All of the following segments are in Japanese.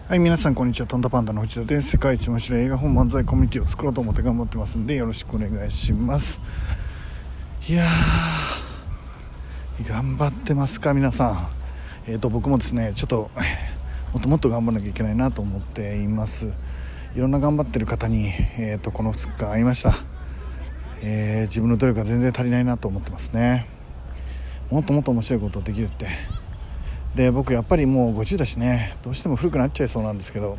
はい、皆さんこんにちは。トンタパンダの内田です。世界一面白い映画本漫才コミュニティを作ろうと思って頑張ってますんで、よろしくお願いします。いやー、頑張ってますか皆さん。僕もですね、ちょっともっともっと頑張らなきゃいけないなと思っています。いろんな頑張ってる方に、この2日間会いました。自分の努力が全然足りないなと思ってますね。もっともっと面白いことできるってで、僕やっぱりもう50だしね、どうしても古くなっちゃいそうなんですけど、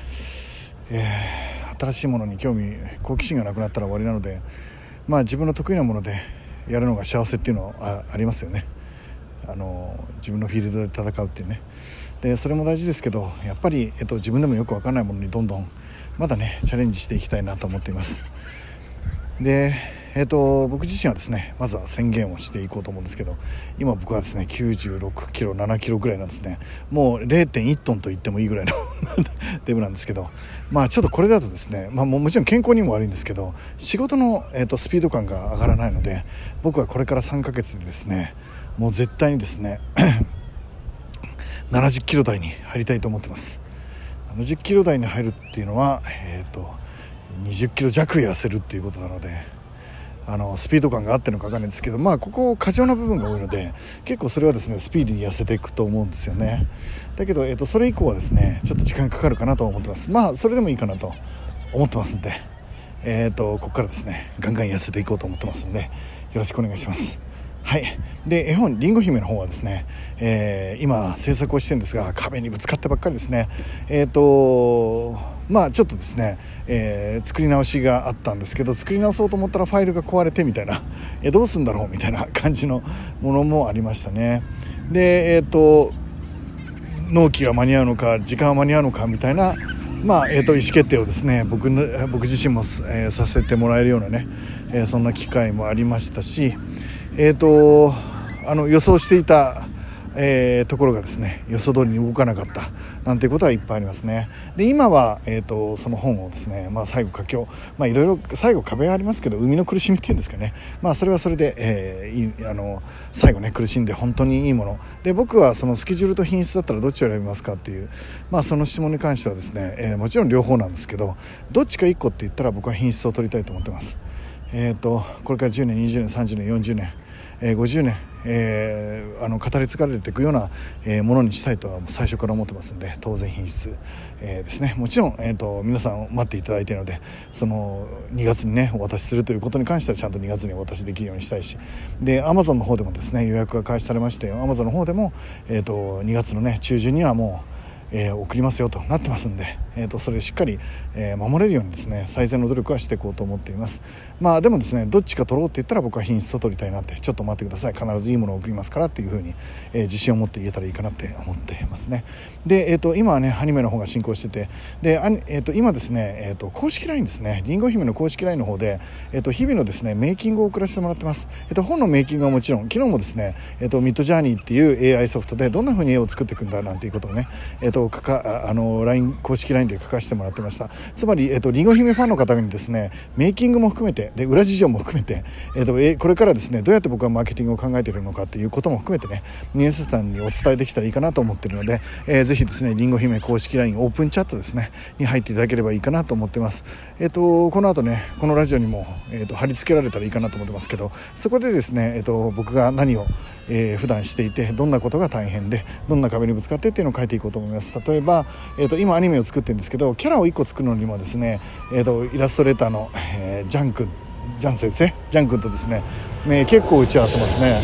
新しいものに好奇心がなくなったら終わりなので、自分の得意なものでやるのが幸せっていうのは ありますよね。自分のフィールドで戦うっていうね。でそれも大事ですけど、やっぱり、自分でもよく分からないものにどんどんまだねチャレンジしていきたいなと思っています。で僕自身はですね、まずは宣言をしていこうと思うんですけど、今僕はですね96キロ7キロぐらいなんですね。もう 0.1 トンと言ってもいいぐらいのデブなんですけど、ちょっとこれだとですね、もちろん健康にも悪いんですけど、仕事の、スピード感が上がらないので、僕はこれから3ヶ月でですね、もう絶対にですね70キロ台に入りたいと思ってます。70キロ台に入るっていうのは、20キロ弱痩せるっていうことなので、スピード感があってのか分かんないですけど、ここ過剰な部分が多いので、結構それはですねスピーディーに痩せていくと思うんですよね。だけど、それ以降はですねちょっと時間かかるかなと思ってます。それでもいいかなと思ってますんで、ここからですねガンガン痩せていこうと思ってますんで、よろしくお願いします。はい。で、絵本りんご姫の方はですね、今制作をしてるんですが、壁にぶつかってばっかりですね。ちょっとですね、作り直しがあったんですけど、作り直そうと思ったらファイルが壊れてみたいな、どうするんだろうみたいな感じのものもありましたね。で、納期が間に合うのか時間は間に合うのかみたいな、意思決定をですね僕自身も、させてもらえるようなね、そんな機会もありましたし、予想していた、ところがですね予想通りに動かなかったなんていうことはいっぱいありますね。で今は、その本をですね、最後佳境、いろいろ最後壁がありますけど、生みの苦しみっていうんですかね、それはそれで、最後ね苦しんで本当にいいもので、僕はそのスケジュールと品質だったらどっちを選びますかっていう、その質問に関してはですね、もちろん両方なんですけど、どっちか1個って言ったら僕は品質を取りたいと思ってます。これから10年20年30年40年、50年、語り継がれていくような、ものにしたいとは最初から思ってますので、当然品質、ですね。もちろん、皆さん待っていただいているので、その2月にねお渡しするということに関してはちゃんと2月にお渡しできるようにしたいし、で Amazon の方でもですね予約が開始されまして、 Amazon の方でも、2月のね中旬にはもう送りますよとなってますんで、それをしっかり、守れるようにですね最善の努力はしていこうと思っています。でもですね、どっちか取ろうって言ったら僕は品質を取りたいなって、ちょっと待ってください、必ずいいものを送りますからっていう風に、自信を持って言えたらいいかなって思っていますね。で、今はねアニメの方が進行してて、で、今ですね、公式 LINE ですね、りんご姫の公式 LINE の方で、日々のですねメイキングを送らせてもらってます。本のメイキングはもちろん、昨日もですね、ミッドジャーニーっていう AI ソフトでどんな風に絵を作っていくんだなんていうことをね、LINE 公式 LINE で書かせてもらってました。つまり、りんご姫ファンの方にですねメイキングも含めて、で裏事情も含めて、これからですねどうやって僕はマーケティングを考えているのかっていうことも含めてね、皆さんにお伝えできたらいいかなと思っているので、ぜひですねりんご姫公式 LINE オープンチャットですねに入っていただければいいかなと思ってます。この後ねこのラジオにも、貼り付けられたらいいかなと思ってますけど、そこでですね、僕が何を、普段していて、どんなことが大変でどんな壁にぶつかってっていうのを書いていこうと思います。例えば、今アニメを作ってるんですけど、キャラを1個作るのにもですね、イラストレーターの、ジャン先生ジャン君とですね、結構打ち合わせますね。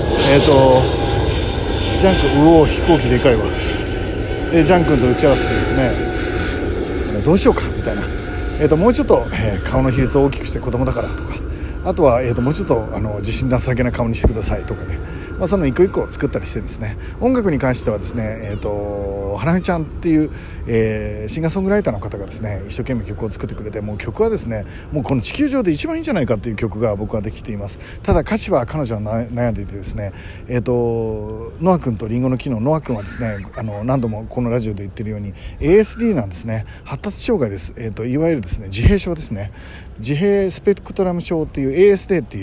ジャン君、飛行機でかいわ。でジャン君と打ち合わせてですね、どうしようかみたいな、もうちょっと、顔の比率を大きくして子供だからとか、あとは、もうちょっと自信なさげな顔にしてくださいとかね、その一個一個作ったりしてですね、音楽に関してはですね、花江ちゃんっていう、シンガーソングライターの方がですね一生懸命曲を作ってくれて、もう曲はですねもうこの地球上で一番いいんじゃないかっていう曲が僕はできています。ただ歌詞は彼女は悩んでいてですね、ノア君とリンゴの木のノア君はですね、何度もこのラジオで言ってるように ASD なんですね。発達障害です。いわゆるですね自閉症ですね。自閉スペクトラム症っていう ASD っていう、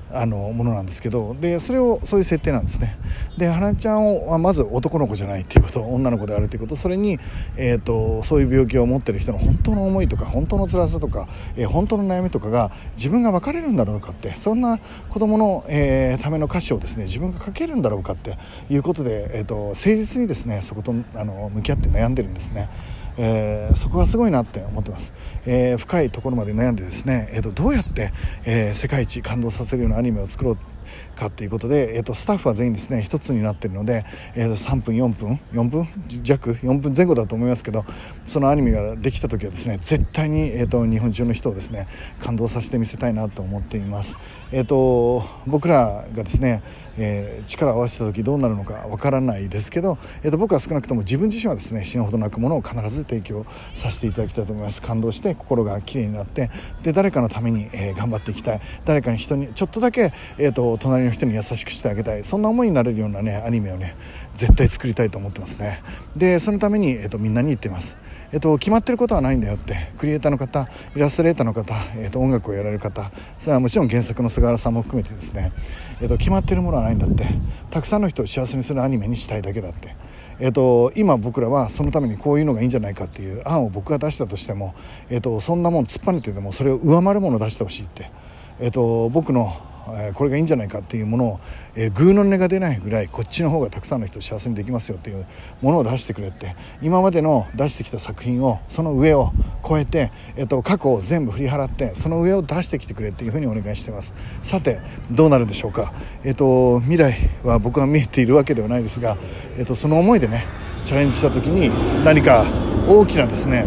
ものなんですけど、でそういう設定なんですね。で花ちゃんはまず男の子じゃないっていうこと、女の子であるということ、それに、そういう病気を持っている人の本当の思いとか本当の辛さとか、本当の悩みとかが自分が分かれるんだろうかって、そんな子供の、ための歌詞をですね自分が書けるんだろうかっていうことで、誠実にですねそこと向き合って悩んでるんですね。そこがすごいなって思ってます。深いところまで悩んでですね、どうやって、世界一感動させるようなアニメを作ろうかということで、スタッフは全員ですね一つになっているので、3分4分前後だと思いますけど、そのアニメができた時はですね絶対に、日本中の人をですね感動させてみせたいなと思っています。僕らがですね、力を合わせた時どうなるのかわからないですけど、僕は少なくとも自分自身はですね死ぬほど泣くものを必ず提供させていただきたいと思います。感動して心がきれいになって、で誰かのために、頑張っていきたい、誰かに人にちょっとだけ、隣の人に優しくしてあげたい、そんな思いになれるようなねアニメをね絶対作りたいと思ってますね。でそのために、みんなに言っています。決まってることはないんだよって。クリエイターの方、イラストレーターの方、音楽をやられる方、それはもちろん原作の菅原さんも含めてですね、決まってるものはないんだって。たくさんの人を幸せにするアニメにしたいだけだって。今僕らはそのためにこういうのがいいんじゃないかっていう案を僕が出したとしても、そんなもん突っぱねてでもそれを上回るものを出してほしいって、僕のこれがいいんじゃないかっていうものを、グーの音が出ないぐらいこっちの方がたくさんの人を幸せにできますよっていうものを出してくれって、今までの出してきた作品をその上を超えて、過去を全部振り払ってその上を出してきてくれっていうふうにお願いしてます。さてどうなるんでしょうか。未来は僕は見えているわけではないですが、その思いでねチャレンジした時に何か大きなですね、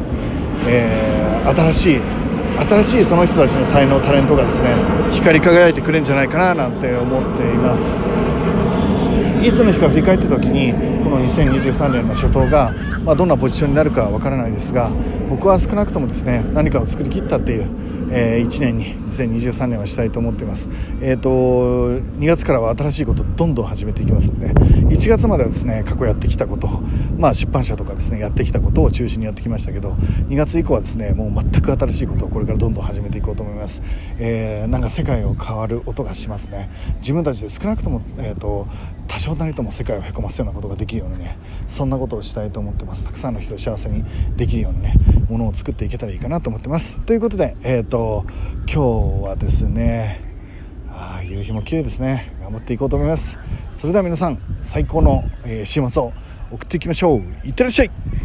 新しいその人たちの才能タレントがですね光り輝いてくれるんじゃないかななんて思っています。いつの日か振り返った時にこの2023年の初頭が、どんなポジションになるかわからないですが、僕は少なくともですね何かを作り切ったっていう、1年に2023年はしたいと思っています。2月からは新しいことをどんどん始めていきますので、1月まではですね過去やってきたこと、出版社とかですねやってきたことを中心にやってきましたけど、2月以降はですねもう全く新しいことをこれからどんどん始めていこうと思います。なんか世界を変わる音がしますね。自分たちで少なくとも、多少なりとも世界をへこますようなことができるようにね、そんなことをしたいと思ってます。たくさんの人を幸せにできるようなねものを作っていけたらいいかなと思ってます。ということで、今日はですね夕日も綺麗ですね。頑張っていこうと思います。それでは皆さん最高の、週末を送っていきましょう。いってらっしゃい。